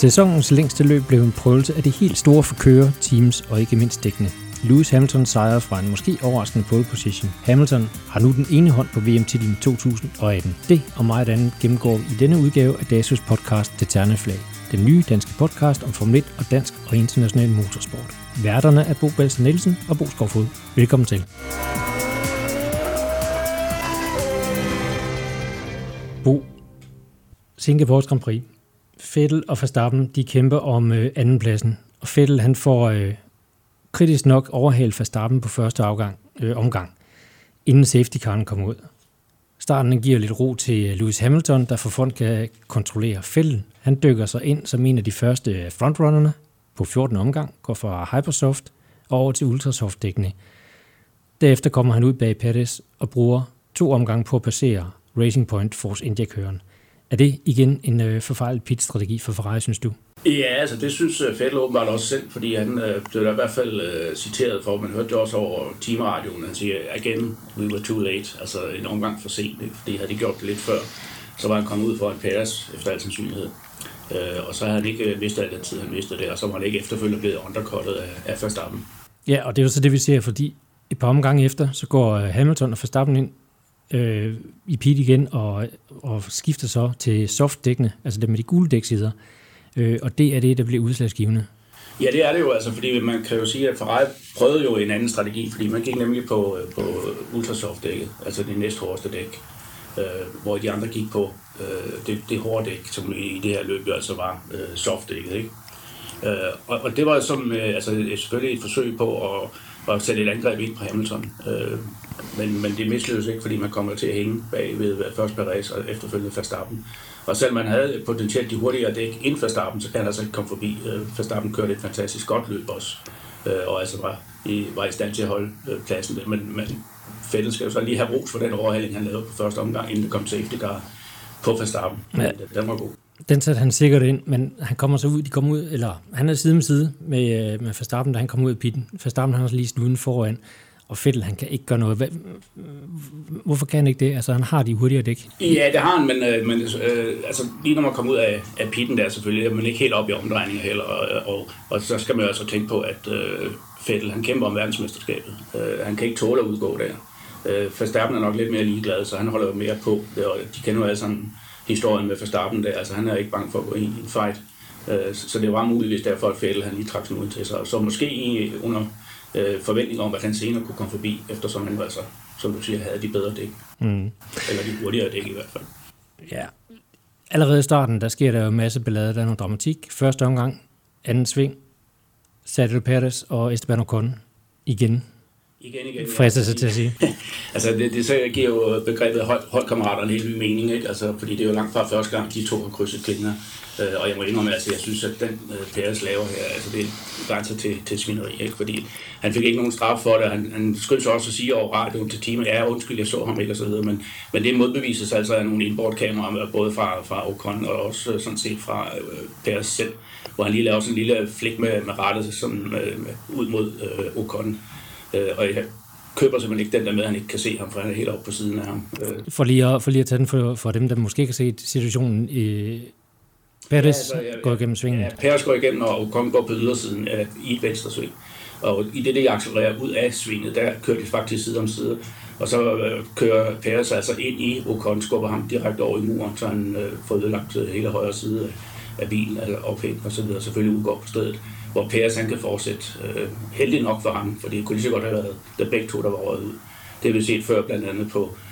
Sæsonens længste løb blev en prøvelse af det helt store for kører, teams og ikke mindst dækkene. Lewis Hamilton sejrede fra en måske overraskende pole position. Hamilton har nu den ene hånd på VM-titlen 2018. Det og meget andet gennemgår vi i denne udgave af DASUS podcast Det Terne Flag. Den nye danske podcast om Formel 1 og dansk og international motorsport. Værterne er Bo Balser Nielsen og Bo Skovfod. Velkommen til. Bo, Singapores Grand Prix. Vettel og Verstappen, de kæmper om andenpladsen. Og Vettel, han får kritisk nok overhalet Verstappen på første omgang, inden safety-caren kommer ud. Starten giver lidt ro til Lewis Hamilton, der for fond kan kontrollere Vettel. Han dykker sig ind som en af de første frontrunnerne på 14. omgang, går fra Hypersoft og over til Ultrasoft-dækkene. Derefter kommer han ud bag Perez og bruger 2 omgange på at passere Racing Point Force India-køren. Er det igen en forfejlet pitstrategi for Ferrari, synes du? Ja, altså det synes Vettel åbenbart også selv, fordi han blev i hvert fald citeret for, man hørte det også over teamradioen, han siger, again, we were too late, altså en omgang for sent, ikke? Fordi havde de gjort det lidt før, så var han kommet ud for en Perez efter al sandsynlighed. Og så havde han ikke mistet al den tid, han mistede det, og så var han ikke efterfølgende blevet undercuttet af Verstappen. Ja, og det er jo så det, vi ser, fordi et par omgange efter, så går Hamilton og Verstappen ind i pit igen og skifter så til softdækkene, altså det med de gule dæksider. Og det er det, der bliver udslagsgivende. Ja, det er det jo, altså, fordi man kan jo sige, at Ferrari prøvede jo en anden strategi, fordi man gik nemlig på ultrasoft-dækket, altså det næsthårdeste dæk, hvor de andre gik på det hårde dæk, som i det her løb jo altså var softdækket, ikke? Og det var som, selvfølgelig et forsøg på at sætte et angreb ind på Hamilton, men det mislykkedes ikke, fordi man kommer til at hænge bag ved først Perez og efterfølgende Verstappen. Og selvom man havde potentielt de hurtigere dæk inden Verstappen, så kan han altså ikke komme forbi. Verstappen kørte et fantastisk godt løb også, og altså var i stand til at holde pladsen. Men Vettel skal jo så lige have ros for den overhaling, han lavede på første omgang, inden det kom safety car på Verstappen. Ja. Den var god. Den satte han sikkert ind, men han kommer så ud, han er side om side med Verstappen, da han kommer ud af pitten. Verstappen han har lige snuden foran, og Vettel, han kan ikke gøre noget. Hvorfor kan han ikke det? Altså, han har de hurtigere dæk. Ja, det har han, men altså, lige når man kommer ud af pitten der selvfølgelig, er man ikke helt op i omdrejninger heller, og så skal man jo altså tænke på, at Vettel, han kæmper om verdensmesterskabet. Han kan ikke tåle at udgå der. Verstappen er nok lidt mere ligeglad, så han holder jo mere på. De kender jo alle sammen historien med Verstappen der, altså han er ikke bange for at gå ind i en fight. Så det var muligt, hvis derfor at Vettel, han lige trak snuden til sig. Så måske under forventning om, at han senere kunne komme forbi, eftersom han altså, som du siger, havde de bedre dæk. Eller de hurtigere dæk i hvert fald. Ja. Allerede i starten, der sker der jo en masse ballade, der er noget dramatik. Første omgang, anden sving, Sergio Perez og Esteban Ocon igen. Frister sig til at sige. Altså det så giver jo begrebet holdkammerater en helt ny mening, ikke? Altså, fordi det er jo langt fra første gang, de to har krydset klinger. Og jeg må indrømme, altså jeg synes, at den Perez laver her, altså det grænser til svineri, ikke? Fordi han fik ikke nogen straf for det. Han skyldte så også at sige over radioen til teamet, ja, undskyld, jeg så ham ikke, og så videre, men det modbevises altså af nogle inboardkameraer, både fra Ocon og også sådan set fra Perez selv, hvor han lige laver sådan en lille flik med rettet sådan, ud mod Ocon. Og jeg køber simpelthen ikke den der med, at han ikke kan se ham, for han er helt oppe på siden af ham. For lige at tage den for dem, der måske kan se situationen i Perez går igennem svingen. Ja, Perez går igennem, og Ocon går på ydersiden i et venstre sving. Og i det accelererer ud af svinget, der kører de faktisk side om side. Og så kører Perez altså ind i Ocon, skubber ham direkte over i muren, så han får ødelagt hele højre side af bilen, eller ophæng og så videre, selvfølgelig udgår på stedet, hvor Perez han kan fortsætte. Heldig nok for ham, for det kunne lige så godt have været der begge to, der var røget ud. Det har vi set før blandt andet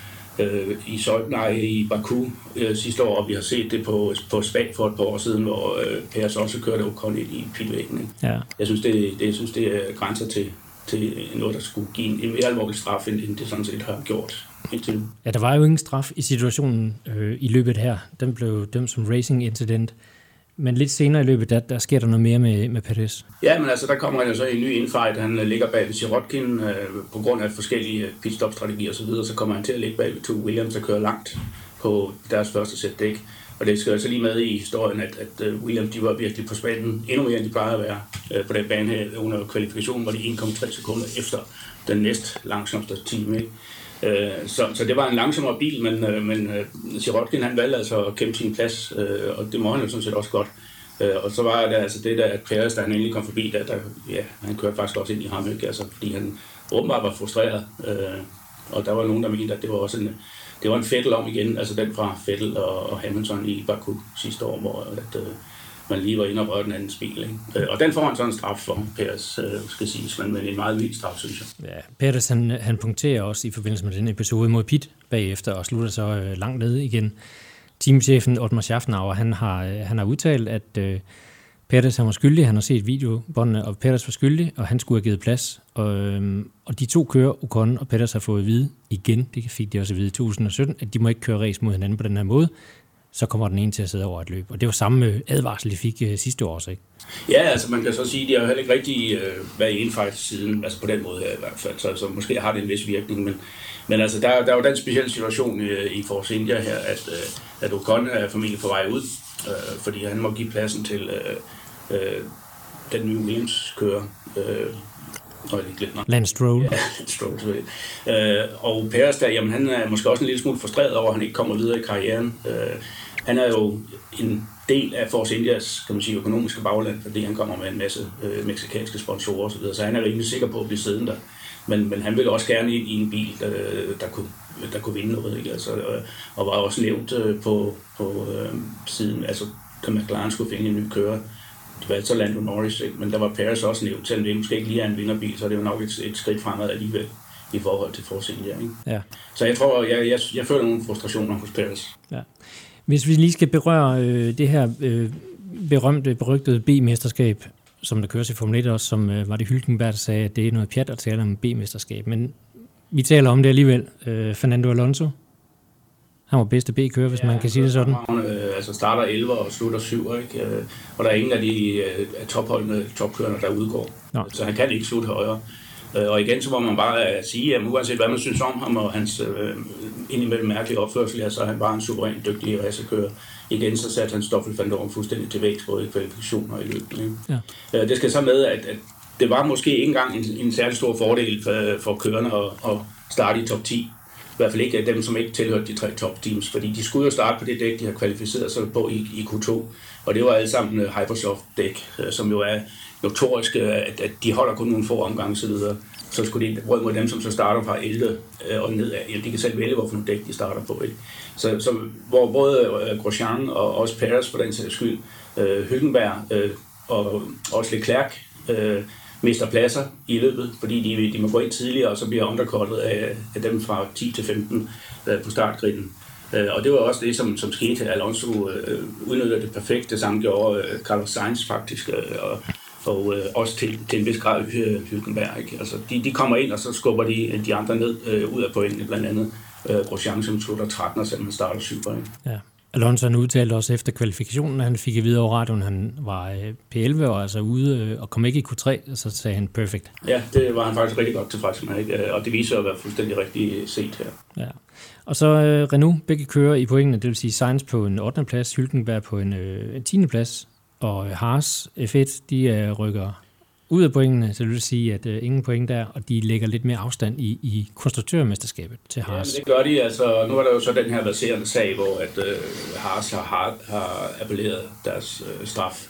i Baku sidste år, og vi har set det på Spa for et par år siden, hvor Perez også kørte Ocon ind i pitvæggen. Ja. Jeg synes, det er grænser til noget, der skulle give en mere alvorlig straf, end det sådan set har gjort. Ja, der var jo ingen straf i situationen i løbet her. Den blev dømt som racing incident. Men lidt senere i løbet, der sker der noget mere med Perez. Ja, men altså, der kommer han jo så i en ny infight. Han ligger bag ved Sirotkin på grund af forskellige pitstop-strategier og så videre. Så kommer han til at ligge bag ved to Williams, der kører langt på deres første sæt dæk. Og det skal jo så lige med i historien, at Williams, de var virkelig på spanden endnu mere, end de plejede at være på den bane her. Under kvalifikationen var de 1,3 sekunder efter den næst langsomste team, ikke? Så det var en langsommere bil, men Sirotkin han valgte altså at kæmpe sin plads, og det må han jo sådan set også godt. Og så var det altså det der, at Perez, da han endelig kom forbi, han kørte faktisk også ind i ham, ikke? Altså, fordi han åbenbart var frustreret. Og der var nogen, der mente, at det var også det var en Vettel om igen, altså den fra Vettel og Hamilton i Baku sidste år, hvor man lige var inde og rørte den andens bil. Ikke? Og den får han sådan en straf for, Perez, skal siges, men en meget vild straf, synes jeg. Ja, Perez, han punkterer også i forbindelse med den episode mod pit bagefter, og slutter så langt nede igen. Teamchefen Otmar Schaffnauer, han har udtalt, at Perez han var skyldig, han har set videobåndene, og Perez var skyldig, og han skulle have givet plads. Og de to kører, Ocon og Perez har fået at vide igen, det fik de også at vide i 2017, at de må ikke køre race mod hinanden på den her måde. Så kommer den ene til at sidde over et løb. Og det var samme advarsel, de fik sidste år også, ikke? Ja, altså man kan så sige, at de har jo heller ikke rigtig været i indfight siden, altså på den måde her i hvert fald, så måske har det en vis virkning, men altså der er jo den specielle situation i Force India her, at Ocon er formentlig på vej ud, fordi han må give pladsen til den nye Williams-kører, Lance Stroll. Ja, Stroll selvfølgelig. Og Perez der, jamen han er måske også en lille smule frustreret over, at han ikke kommer videre i karrieren. Han er jo en del af Force Indias, kan man sige, økonomiske bagland, fordi han kommer med en masse mexikanske sponsorer osv., så han er rimelig sikker på at blive siddende der. Men han vil også gerne ind i en bil, der kunne vinde noget, ikke? Altså, og var også nævnt på siden, altså da McLaren skulle finde en ny kører. Det var altså Lando Norris, ikke? Men der var Perez også nævnt, selvom det måske ikke lige er en vinderbil, så er det jo nok et skridt fremad alligevel i forhold til Force India, ikke? Ja. Så jeg tror, jeg føler nogle frustrationer hos Perez. Ja. Hvis vi lige skal berøre det her berygtede B-mesterskab, som der køres i Formel 1 også, som var det Hülkenberg, der sagde, at det er noget pjat at tale om B-mesterskab. Men vi taler om det alligevel. Fernando Alonso, han var bedste B-kører, hvis man kan sige det sådan. Altså starter 11 og slutter 7, ikke? Og der er ingen af de topkørerne, der udgår. Nå. Så han kan ikke slutte højere. Og igen, så må man bare sige, at uanset hvad man synes om ham og hans indimellem mærkelige opførsel, så er han bare en suveræn dygtig racerkører. Igen, så satte han Stoffel van Dorn fuldstændig til vægs, både i kvalifikationer og i løbet. Ja. Det skal så med, at det var måske ikke engang en særlig stor fordel for kørerne at starte i top 10. I hvert fald ikke dem, som ikke tilhørte de 3 top-teams, fordi de skulle jo starte på det dæk, de har kvalificeret sig på i Q2. Og det var alle sammen Hypersoft-dæk, som jo er notorisk, at de holder kun nogle få omgange så videre. Så skulle de røde mod dem, som så starter fra 11 og nedad. Ja, de kan selv vælge, hvorfor nogle dæk de starter på. Ikke? Så hvor både Grosjean og også Perez for den sags skyld, Hülkenberg og også Leclerc mister pladser i løbet, fordi de må gå ind tidligere, og så bliver undercuttet af dem fra 10 til 15 på startgriden. Og det var også det, som skete. Alonso udnyttede det perfekt. Det samme gjorde Carlos Sainz faktisk, og også til en vis grad Hülkenberg. Ikke? Altså, de kommer ind, og så skubber de andre ned ud af pointene, blandt andet Grosjean, som slutter 13, selvom han starter 7. Ja. Alonso han udtalte også efter kvalifikationen, at han fik at vide over radioen, han var P11 og altså ude og kom ikke i Q3, så sagde han perfekt. Ja, det var han faktisk rigtig godt tilfreds med, ikke? Og det viser at være fuldstændig rigtig set her. Ja. Og så Renault, begge kører i pointene, det vil sige Sainz på en 8. plads, Hülkenberg på en 10. plads, og Haas F1, de rykker ud af pointene, så det vil sige, at ingen point der, og de lægger lidt mere afstand i konstruktørmesterskabet til Haas. Ja, det gør de. Altså, nu er der jo så den her verserende sag, hvor at Haas har appelleret deres straf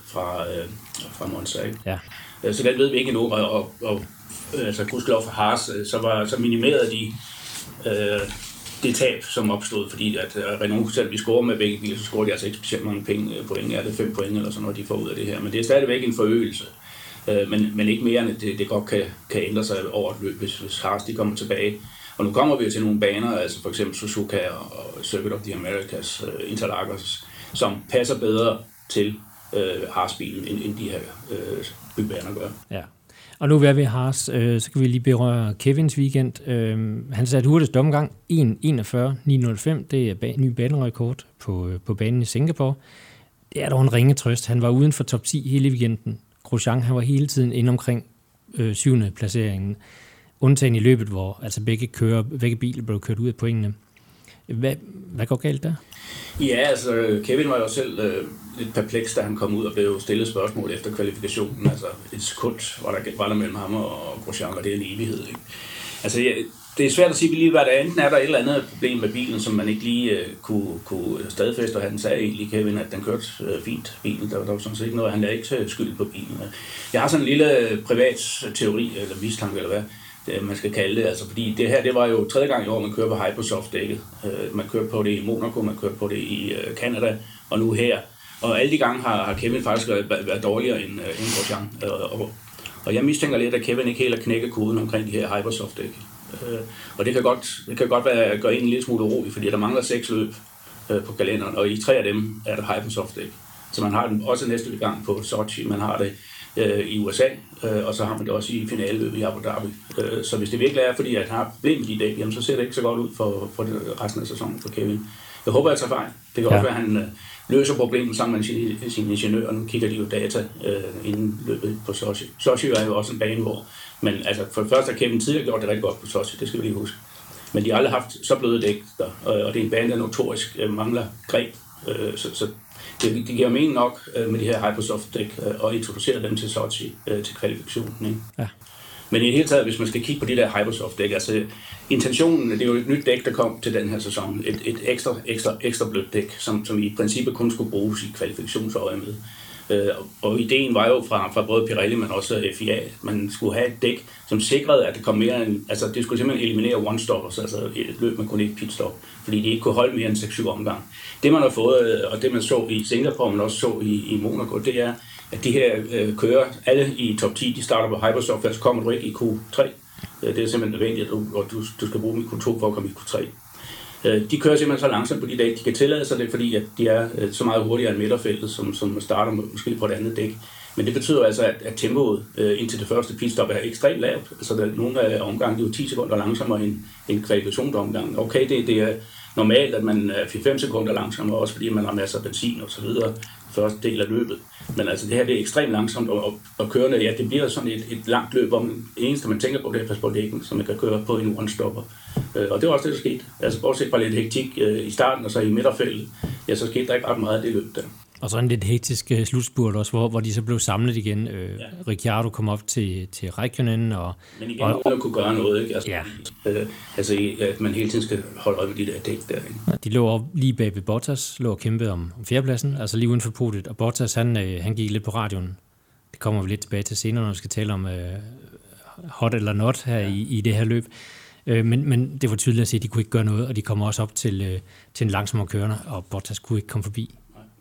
fra Monza. Ja. Så den ved vi ikke endnu, og altså gudskelov for Haas, så minimerede de det tab, som opstod, fordi at Renault selv vi scorer med begge biler, så scorer de altså ikke specielt mange point. Er det 5 point eller sådan noget, de får ud af det her. Men det er stadigvæk en forøgelse. Men ikke mere end det godt kan ændre sig over et løb, hvis Haas de kommer tilbage. Og nu kommer vi jo til nogle baner, altså for eksempel Suzuka og Circuit of the Americas, Interlagos, som passer bedre til Haas-bilen, end de her bybaner gør. Ja. Og nu er vi Haas, så kan vi lige berøre Kevins weekend. Han satte hurtigst omgang 1.41.905. Det er ny banerekord på banen i Singapore. Det er dog en ringe trøst. Han var uden for top 10 hele weekenden. Grosjean, han var hele tiden inde omkring 7. placeringen. Undtagen i løbet, hvor altså begge biler blev kørt ud af pointene. Hvad går galt der? Ja, altså Kevin var jo selv lidt perpleks, da han kom ud og blev stillet spørgsmål efter kvalifikationen. Altså et sekund var der mellem ham og Grosjean, og det er en evighed. Ikke? Altså det er svært at sige lige, hvad der enten er der et eller andet problem med bilen, som man ikke lige kunne stadfæste, og han sagde egentlig, Kevin, at den kørte fint, bilen. Der var sådan set ikke noget, han lagde ikke skyld på bilen. Jeg har sådan en lille privat teori, eller mistanke, eller hvad man skal kalde det, altså fordi det her, det var jo 3. gang i år, man kører på Hypersoft-dækket. Man kørte på det i Monaco, man kørte på det i Canada, og nu her. Og alle de gange har Kevin faktisk været dårligere end Grosjean. Og jeg mistænker lidt, at Kevin ikke helt har knækket koden omkring de her Hypersoft-dæk. Og det kan godt være at gøre en lille smule urolig, fordi der mangler 6 løb på kalenderen, og i 3 af dem er der Hypersoft-dæk. Så man har den også næste gang på Sochi, man har det i USA, og så har man det også i finaleløbet i Abu Dhabi. Så hvis det virkelig er, fordi at han har problemer med de dæk, jamen, så ser det ikke så godt ud for resten af sæsonen for Kevin. Jeg håber, jeg tager fejl. Det kan også være, at han løser problemet sammen med sine ingeniører. Nu kigger de jo data inden løbet på Sochi. Sochi er jo også en bane, hvor men altså, for det første har Kevin tidligere gjort det rigtig godt på Sochi, det skal vi lige huske. Men de har aldrig haft så bløde dæk der, og det er en bane, der notorisk mangler greb. Så det giver mening nok med de her Hypersoft-dæk og introducere dem til Sochi til kvalifikationen. Ikke? Ja. Men i det hele taget, hvis man skal kigge på de der Hypersoft-dæk, altså intentionen, det er jo et nyt dæk, der kom til den her sæson. Et ekstra blødt dæk, som i princippet kun skulle bruges i kvalifikationsøje med. Og ideen var jo fra både Pirelli, men også FIA, at man skulle have et dæk, som sikrede, at det kom mere end, altså det skulle simpelthen eliminere one-stoppers, altså et løb med kun et pitstop, fordi de ikke kunne holde mere end 6-7 omgang. Det man har fået, og det man så i Singapore, men også så i Monaco, det er, at de her kører, alle i top 10, de starter på Hypersoft, så kommer du ikke i Q3. Det er simpelthen nødvendigt, at du skal bruge Q2 for at komme i Q3. De kører simpelthen så langsomt på de dæk, de kan tillade sig det, fordi at de er så meget hurtigere end midterfeltet, som starter måske på et andet dæk. Men det betyder altså, at tempoet indtil det første pitstop er ekstremt lavt. Altså der er nogle af omgangen, det er jo 10 sekunder langsommere end kvalifikationsomgangen. Okay, det er normalt, at man er 4-5 sekunder langsommere, også fordi man har masser af benzin og så videre første del af løbet. Men altså det her, det er ekstremt langsomt, og kørende, ja, det bliver sådan et langt løb, hvor det eneste, man tænker på, det er pas på dækken, så man kan køre på en one-stopper. Og det var også det, der skete. Altså bortset fra lidt hektik i starten, og så i midterfeltet, ja, så skete der ikke ret meget af det løb der. Og så en lidt hektisk slutspurt også, hvor de så blev samlet igen. Ricciardo kom op til Räikkönen. Men igen, uden at kunne gøre noget, ikke? Altså, ja. At man hele tiden skal holde øje med de der dæk der. Ikke? De lå lige bag ved Bottas, lå og kæmpede om fjerdepladsen, altså lige uden for podiet. Og Bottas, han gik lidt på radioen. Det kommer vi lidt tilbage til senere, når vi skal tale om hot eller not her i det her løb. Men det var tydeligt at se, at de kunne ikke gøre noget, og de kommer også op til en langsommere kørende, og Bottas kunne ikke komme forbi.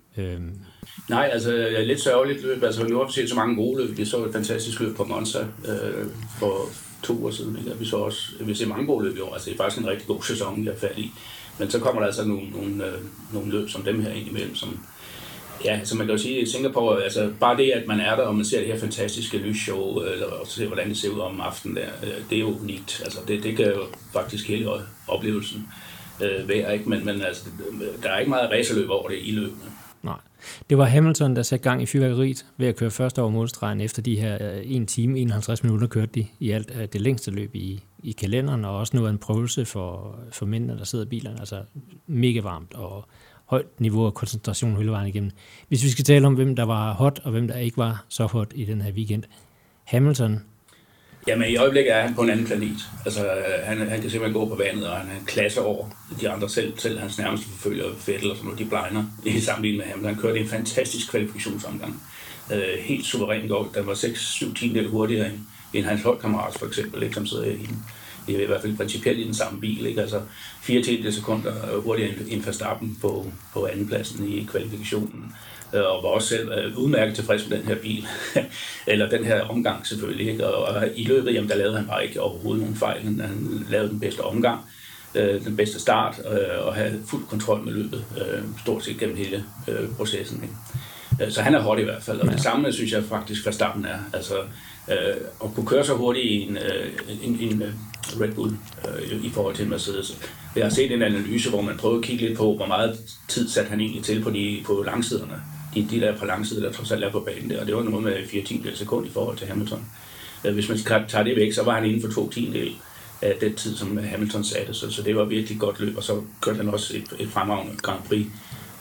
Nej, altså lidt sørgeligt løb. Altså nu har vi set så mange gode løb. Vi så et fantastisk løb på Monza for 2 uger siden. Ikke? Vi ser mange gode løb i år. Altså det er faktisk en rigtig god sæson, vi er færdige i. Men så kommer der altså nogle løb som dem her indimellem, som ja, altså man kan jo sige, i Singapore, altså bare det, at man er der, og man ser det her fantastiske lysshow, og ser, hvordan det ser ud om aftenen der, det er jo unikt. Altså det kan jo faktisk hele oplevelsen være, ikke? Men altså, der er ikke meget racerløb over det i løbene. Nej. Det var Hamilton, der satte gang i fyrværkeriet ved at køre først over målstregen. Efter de her 1 time, 51 minutter kørte de i alt det længste løb i kalenderen, og også noget af en prøvelse for mændene, der sidder i bilerne. Altså mega varmt og højt niveau af koncentration hele vejen igennem. Hvis vi skal tale om, hvem der var hot, og hvem der ikke var så hot i den her weekend. Hamilton. Jamen i øjeblikket er han på en anden planet. Altså han kan simpelthen gå på vandet, og han er en klasse over de andre selv hans nærmeste forfølger, Vettel og sådan noget, de blegner i sammenligning med ham. Han kørte en fantastisk kvalifikationsomgang. Helt suverænt godt. Der var 6-7 tiendedel hurtigere end hans holdkammerat for eksempel, ikke, som sidder i hvert fald principielt i den samme bil. Ikke? Altså 4 tiendedel sekunder hurtigere end Verstappen på andenpladsen i kvalifikationen. Og var også selv udmærket tilfreds med den her bil, eller den her omgang selvfølgelig. Ikke? Og i løbet, jamen, der lavede han bare ikke overhovedet nogen fejl. Han lavede den bedste omgang, den bedste start, og havde fuld kontrol med løbet, stort set gennem hele processen. Ikke? Så han er hurtig i hvert fald, og det samme synes jeg faktisk Verstappen er. Altså at kunne køre så hurtigt i en Red Bull i forhold til en Mercedes. Jeg har set en analyse, hvor man prøver at kigge lidt på, hvor meget tid satte han egentlig til på langsiderne. De der på langsider, der trods alt er på banen der, og det var noget med 4/10 sekund i forhold til Hamilton. Hvis man tager det væk, så var han inden for 2/10 af den tid, som Hamilton satte, så det var virkelig godt løb, og så kørte han også et fremragende Grand Prix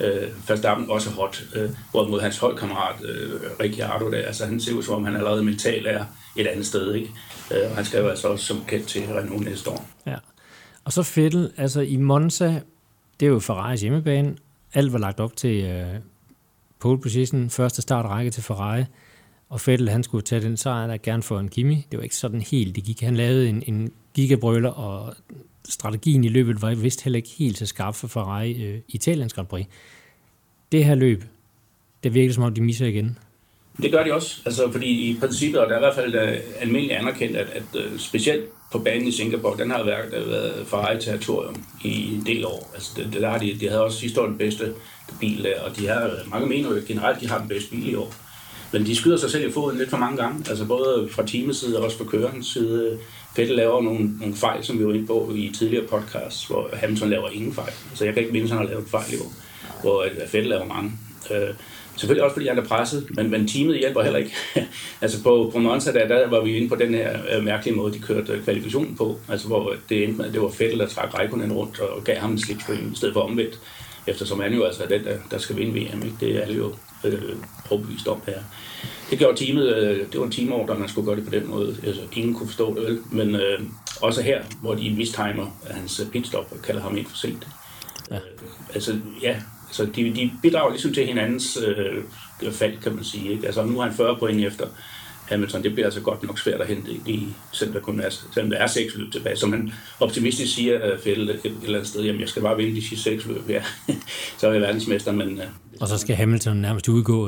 Verstappen også hot, hvorimod hans holdkammerat Ricciardo, altså han ser ud som om han allerede mentalt er et andet sted, ikke? Og han skal jo altså også som kendt til Renault næste år. Ja, og så Vettel, altså i Monza, det er jo Ferraris hjemmebane, alt var lagt op til pole position, første startrække til Ferrari, og Vettel, han skulle tage den sejr, der gerne for en Kimi. Det var ikke sådan helt, det gik. Han lavede en gigabrøler, og strategien i løbet var vist heller ikke helt så skarp for Ferrari i Italiens Grand Prix. Det her løb, det virkede som om, de misser igen. Det gør de også, altså fordi i princippet, og der er i hvert fald almindeligt anerkendt, at specielt på banen i Singapore, den har været Ferrari-territorium i en del år. Altså der har de havde også sidste år den bedste bil der, og de har, mange mener jo generelt, de har den bedste bil i år. Men de skyder sig selv i foden lidt for mange gange, altså både fra teamets side og også fra kørerens side. Vettel laver nogle fejl, som vi var inde på i tidligere podcasts, hvor Hamilton laver ingen fejl. Altså jeg kan ikke mindes, at han har lavet fejl i år, hvor Vettel laver mange. Selvfølgelig også fordi han er presset, men teamet hjælper heller ikke. Altså på Monza, der var vi inde på den her mærkelige måde, de kørte kvalifikationen på. Altså hvor det endte med, at det var Vettel, der trak Räikkönen rundt og gav ham en slipstream i stedet for omvendt. Eftersom han jo altså er den, der skal vinde VM, ikke? Det er alle jo overbevist om her. Det gjorde teamet, det var en teamorder, man skulle gøre det på den måde. Altså, ingen kunne forstå det vel, men også her, hvor de mistimer hans pitstop og kalder ham ind for sent. Ja. Så de bidrager ligesom til hinandens fald, kan man sige. Ikke? Altså nu har han 40 point efter Hamilton. Det bliver altså godt nok svært at hente, selvom der er 6 løb tilbage. Som han optimistisk siger, Vettel et eller andet sted, jamen jeg skal bare vinde de sidste 6 løb her. Så er jeg verdensmester, men... og så skal Hamilton nærmest udgå.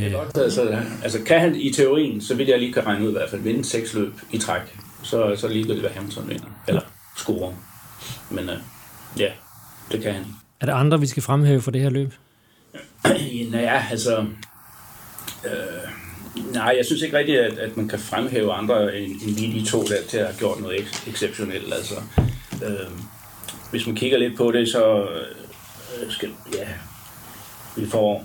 Altså kan han i teorien, så vil jeg lige kan regne ud i hvert fald, vinde 6 løb i træk. Så ligegyldigt, hvad Hamilton vinder. Eller scorer. Men ja, det kan han. Er der andre, vi skal fremhæve for det her løb? Ja, altså... nej, jeg synes ikke rigtigt, at man kan fremhæve andre end lige de to der til at have gjort noget exceptionelt. Altså, hvis man kigger lidt på det, så vi får...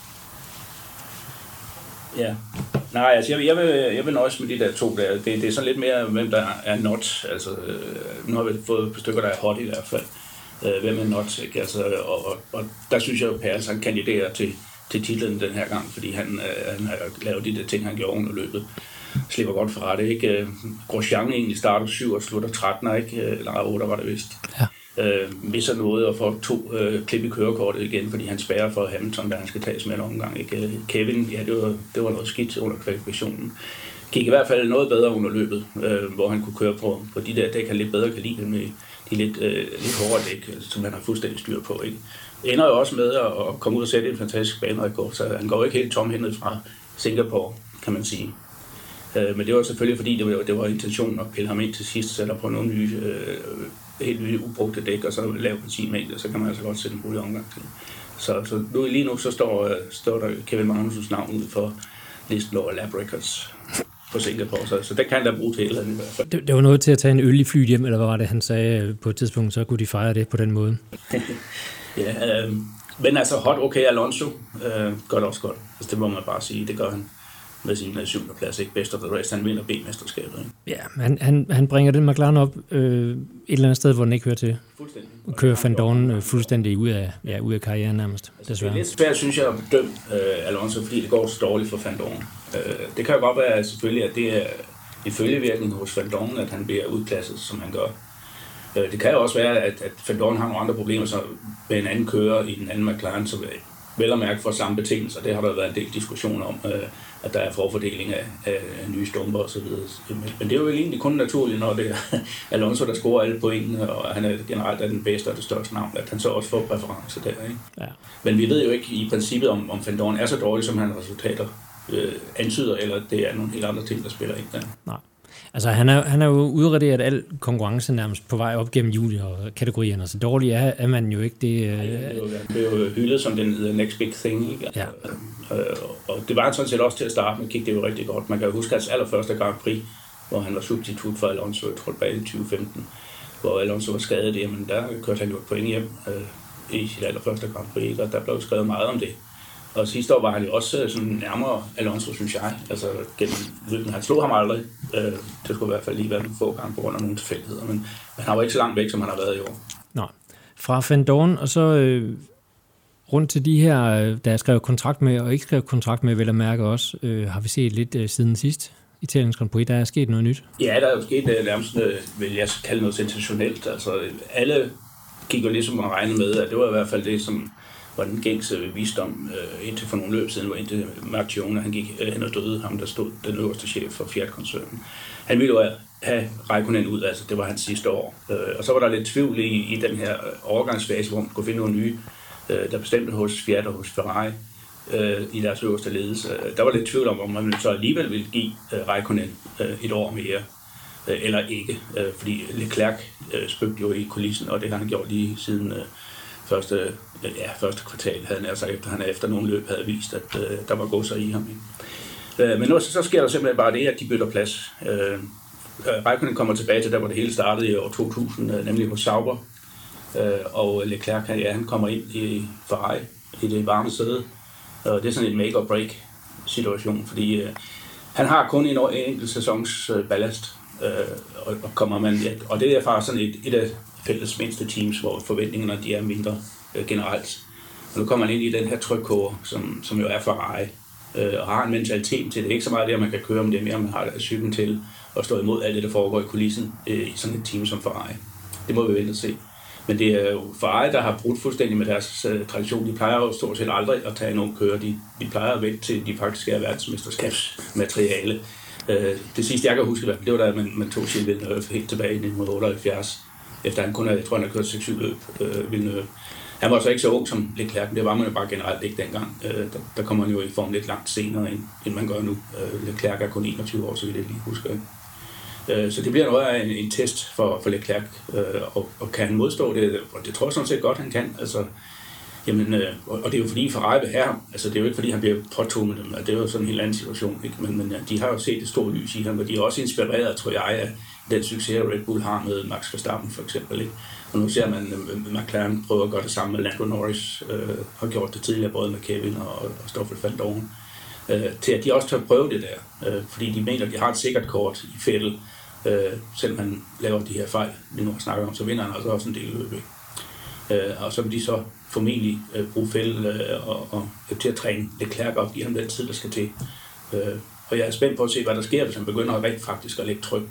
Ja. Nej, altså jeg vil nøjes med de der to der. Det er sådan lidt mere, hvem der er not. Altså, nu har vi fået et par stykker, der er hot i hvert fald. Hvem er not, ikke? Altså, og der synes jeg jo, Perez han kandiderer til titlen den her gang, fordi han har lavet de der ting, han gjorde under løbet. Slipper godt fra det, ikke? Grosjean egentlig starter 7 og slutter 13, ikke? Eller 8 var det vist. Ja. Misser noget og får 2 klip i kørekortet igen, fordi han spærrer for Hamilton, da han skal tages med en omgang, ikke? Kevin, ja, det var noget skidt under kvalifikationen. Gik i hvert fald noget bedre under løbet, hvor han kunne køre på de der dæk, han lidt bedre kan lide med de lidt hårdere dæk, som han har fuldstændig styr på, ikke? Ender jo også med at komme ud og sætte en fantastisk banerekord, så han går ikke helt tomhændet fra Singapore, kan man sige. Men det var selvfølgelig fordi, det var intentionen at pille ham ind til sidst, sætte på nogle nye, helt nye ubrugte dæk, og så lave benzinmængde, så kan man altså godt sætte en mulig omgang til. Så lige nu så står der Kevin Magnusens navn ud for listen over lap records på Singapore, så det kan der bruge til et eller andet i hvert fald. Det var noget til at tage en øl i flyet hjem, eller hvad var det, han sagde på et tidspunkt, så kunne de fejre det på den måde. Ja, men altså hot okay, Alonso gør det også godt. Altså, det må man bare sige, det gør han med sin 7. plads, ikke best of the rest. Han vinder B-mesterskabet. Ikke? Ja, han bringer den McLaren op et eller andet sted, hvor den ikke hører til. Fuldstændig. Og kører Van Dorn fuldstændig ud af karrieren nærmest. Altså, det er lidt svært, synes jeg, at bedømme Alonso, fordi det går så dårligt for Van Dorn. Det kan jo godt være selvfølgelig, at det er en følgevirkning hos Van Dorn, at han bliver udklasset, som han gør. Det kan jo også være, at Van Dorn har nogle andre problemer så med en anden kører i den anden McLaren, så vel at mærke for samme betingelser. Det har der været en del diskussion om, at der er forfordeling af nye stumper osv. Men det er jo egentlig kun naturligt, når det er Alonso, der scorer alle pointene, og han er generelt den bedste og det største navn, at han så også får præferencer der. Ikke? Ja. Men vi ved jo ikke i princippet, om Van Dorn er så dårlig, som hans resultater antyder, eller det er nogle helt andre ting, der spiller ind der. Nej. Altså, han er jo udraderet al konkurrence nærmest på vej op gennem junior-kategorierne, så dårlig er man jo ikke. Det er jo hyldet som den next big thing, ikke? Ja. Og det var han sådan set også til at starte med, gik det jo rigtig godt. Man kan jo huske hans allerførste Grand Prix, hvor han var substitut for Alonso, jeg tror tilbage i 2015, hvor Alonso var skadet, jamen der kørte han jo et point hjem i sit allerførste Grand Prix, og der blev skrevet meget om det. Og sidste år var han jo også sådan nærmere Alonso, synes jeg. Altså gennem løbet. Han slog ham aldrig. Det skulle i hvert fald lige være nogle få gange på grund af nogle tilfældigheder. Men han var ikke så langt væk, som han har været i år. Nå. Fra Van Dorn og så Rundt til de her, der er skrevet kontrakt med og ikke skrevet kontrakt med, vel at mærke også, har vi set lidt siden sidst. Italiens Grand Prix, der er sket noget nyt. Ja, der er jo sket nærmest, vil jeg kalde noget sensationelt. Altså, alle gik jo ligesom at regne med, at det var i hvert fald det, som var den gængse visdom indtil for nogle løb siden, hvor indtil Marchione, han gik hen og døde, ham der stod den øverste chef for Fiat-koncernen. Han ville jo have Räikkönen ud, altså det var hans sidste år. Og så var der lidt tvivl i den her overgangsfase, hvor man kunne finde nogle nye, der bestemte hos Fiat og hos Ferrari i deres øverste ledelse. Der var lidt tvivl om man så alligevel ville give Räikkönen et år mere, eller ikke, fordi Leclerc spøgte jo i kulissen, og det har han gjort lige siden første kvartal, havde han altså efter nogle løb havde vist, at der var godser i ham. Men nu så sker der simpelthen bare det, at de bytter plads. Räikkönen kommer tilbage til der, hvor det hele startede i år 2000, nemlig hos Sauber, og Leclerc, han kommer ind i Ferrari, i det varme sæde, og det er sådan en make-or-break situation, fordi han har kun en enkelt sæsons ballast, og kommer man, og det er faktisk sådan et af fælles mindste teams, hvor forventningerne de er mindre generelt. Og nu kommer man ind i den her trykkoger, som jo er Ferrari, og har en mentalitet til det. Ikke så meget det, at man kan køre, men det er mere, at man har cyklen til at stå imod alt det, der foregår i kulissen i sådan et team som Ferrari. Det må vi vente at se. Men det er jo Ferrari, der har brudt fuldstændig med deres tradition. De plejer jo stort set aldrig at tage nogen kører. De plejer at vente til, de faktisk er verdensmesterskabsmateriale. Det sidste, jeg kan huske, det var da man tog Gilles Villeneuve helt tilbage i 1978, efter han kun havde, jeg tror, han har kørt 6-7 løb, Villeneuve. Han var så ikke så ung som Leclerc, men det var man jo bare generelt ikke dengang. Der kommer man jo i form lidt langt senere, end man gør nu. Leclerc er kun 21 år, så vidt jeg lige husker. Så det bliver noget af en test for Leclerc, og kan han modstå det? Og det tror jeg sådan set godt, han kan. Altså, jamen, og det er jo fordi Ferrari vil have ham. Altså, det er jo ikke fordi, han bliver påtvunget dem. Det er jo sådan en helt anden situation. Ikke? Men de har jo set et stort lys i ham, og de er også inspireret, tror jeg, af den succes, Red Bull har med Max Verstappen for eksempel. Ikke? Og nu ser man, at McLaren prøver at gøre det samme med Lando Norris, har gjort det tidligere, både med Kevin og Stoffel van Dorn, til at de også tør prøve det der, fordi de mener, at de har et sikkert kort i Vettel, selvom han laver de her fejl, vi nu har snakket om, så vinder han altså også en del løb. Og så vil de så formentlig bruge Vettel og til at træne Leclerc op, give ham den tid, der skal til. Og jeg er spændt på at se, hvad der sker, hvis han begynder rent faktisk at lægge tryk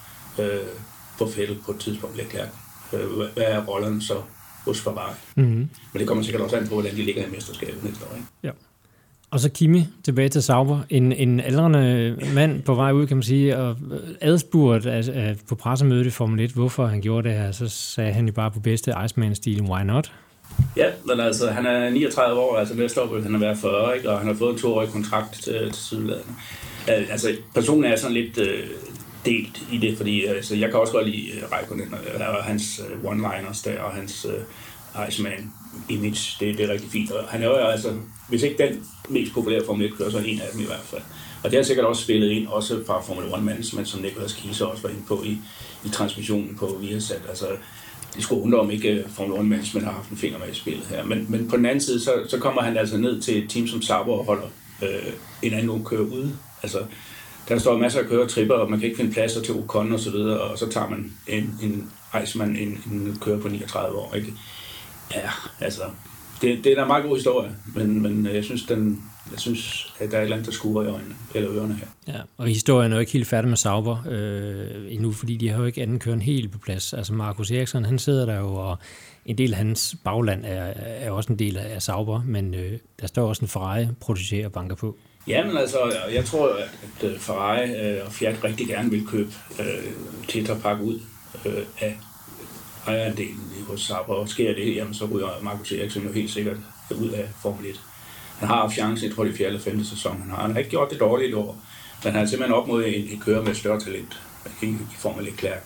på Vettel på et tidspunkt, Leclerc. Hvad er rollerne så hos Ferrari? Mm-hmm. Men det kommer sikkert også an på, hvordan de ligger i mesterskabet næste år. Ikke? Ja. Og så Kimi tilbage til Sauber, en aldrende mand på vej ud, kan man sige, og adspurgt på pressemødet i Formel 1, hvorfor han gjorde det her, så sagde han jo bare på bedste Iceman-stil, why not? Ja, men altså, han er 39 år, altså næste år vil han være 40, ikke? Og han har fået en 2-årig kontrakt til Sydlandet. Altså, personen er sådan lidt delt i det, fordi altså, jeg kan også godt lide Räikkönen og hans one-liners der, og hans Iceman-image, det er rigtig fint. Og han er jo altså, hvis ikke den mest populære Formel 1-kører, så er en af dem i hvert fald. Og det har sikkert også spillet ind, også fra Formel 1-management, som Nicolas Kieser også var inde på i transmissionen på Viasat. Altså, det skulle undre, om ikke Formel 1-management har haft en finger med i spillet her. Men på den anden side, så kommer han altså ned til et team som Sauber og holder en anden kører ude. Altså, der står masser af køretripper, og man kan ikke finde pladser til Ocon og så videre, og så tager man en Iceman, en kører på 39 år, ikke? Ja, altså, det er en meget god historie, men jeg synes, at der er et eller andet, der skuer i øjnene, eller ørerne her. Ja, og historien er jo ikke helt færdig med Sauber endnu, fordi de har jo ikke anden køren helt på plads. Altså Marcus Ericsson, han sidder der jo, og en del af hans bagland er også en del af Sauber, men der står også en Ferrari-protégé og banker på. Ja, men altså, jeg tror, at Ferrari og Fiat rigtig gerne vil købe Tetra Pak ud af ejerandelen hos Sauber, og sker det, jamen så ryger Marcus Ericsson jo helt sikkert ud af Formel 1. Han har haft chancen, jeg tror det er 4. eller 5. sæson, han har ikke gjort det dårligt i år, men han er simpelthen op mod en kører med større talent, i form af Leclerc.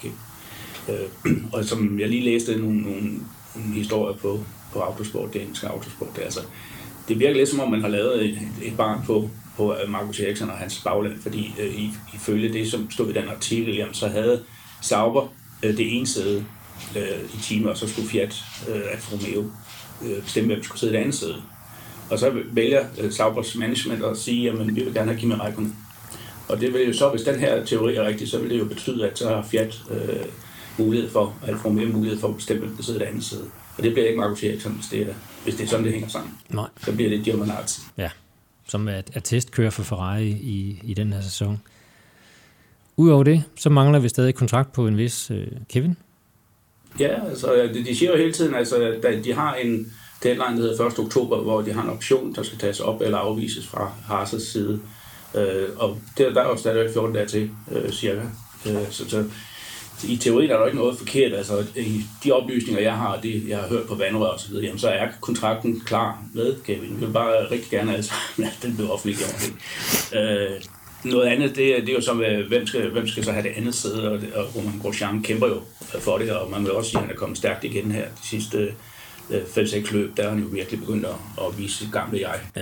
Og som jeg lige læste nogle historier på Autosport, det engelske Autosport, det virker lidt som om man har lavet et barn på Marcus Ericsson og hans bagland, fordi ifølge det, som stod i den artikel, jamen, så havde Sauber det ene sæde i teamet, og så skulle Fiat Alfa Romeo bestemme, hvem skulle sidde i det andet sæde. Og så vælger Saubers management at sige, jamen vi vil gerne have Kimi Räikkönen. Og det vil jo så, hvis den her teori er rigtig, så vil det jo betyde, at så har Fiat mulighed for, Alfa Romeo mulighed for at bestemme, hvem der sidder i det andet sæde. Og det bliver ikke Marcus Ericsson, hvis det er sådan, det hænger sammen. Nej. Så bliver det Giovinazzi. Ja, som er testkører for Ferrari i den her sæson. Udover det, så mangler vi stadig kontrakt på en vis Kevin. Ja, altså de siger jo hele tiden, altså, at de har en deadline, der hedder 1. oktober, hvor de har en option, der skal tages op eller afvises fra Haas' side. Og der er jo stadig 14 dage til, cirka. Så i teorien er der ikke noget forkert. Altså, i de oplysninger, jeg har, det jeg har hørt på vandrør og så videre, jamen, så er kontrakten klar med Kevin. Vi vil bare rigtig gerne, altså, at den bliver offentliggjort. Noget andet, det er jo så, hvem skal så have det andet sæde, og Romain Grosjean kæmper jo for det, og man vil også sige, at han er kommet stærkt igen her de sidste 5-6 løb, der er han jo virkelig begyndt at vise sit gamle jeg. Ja.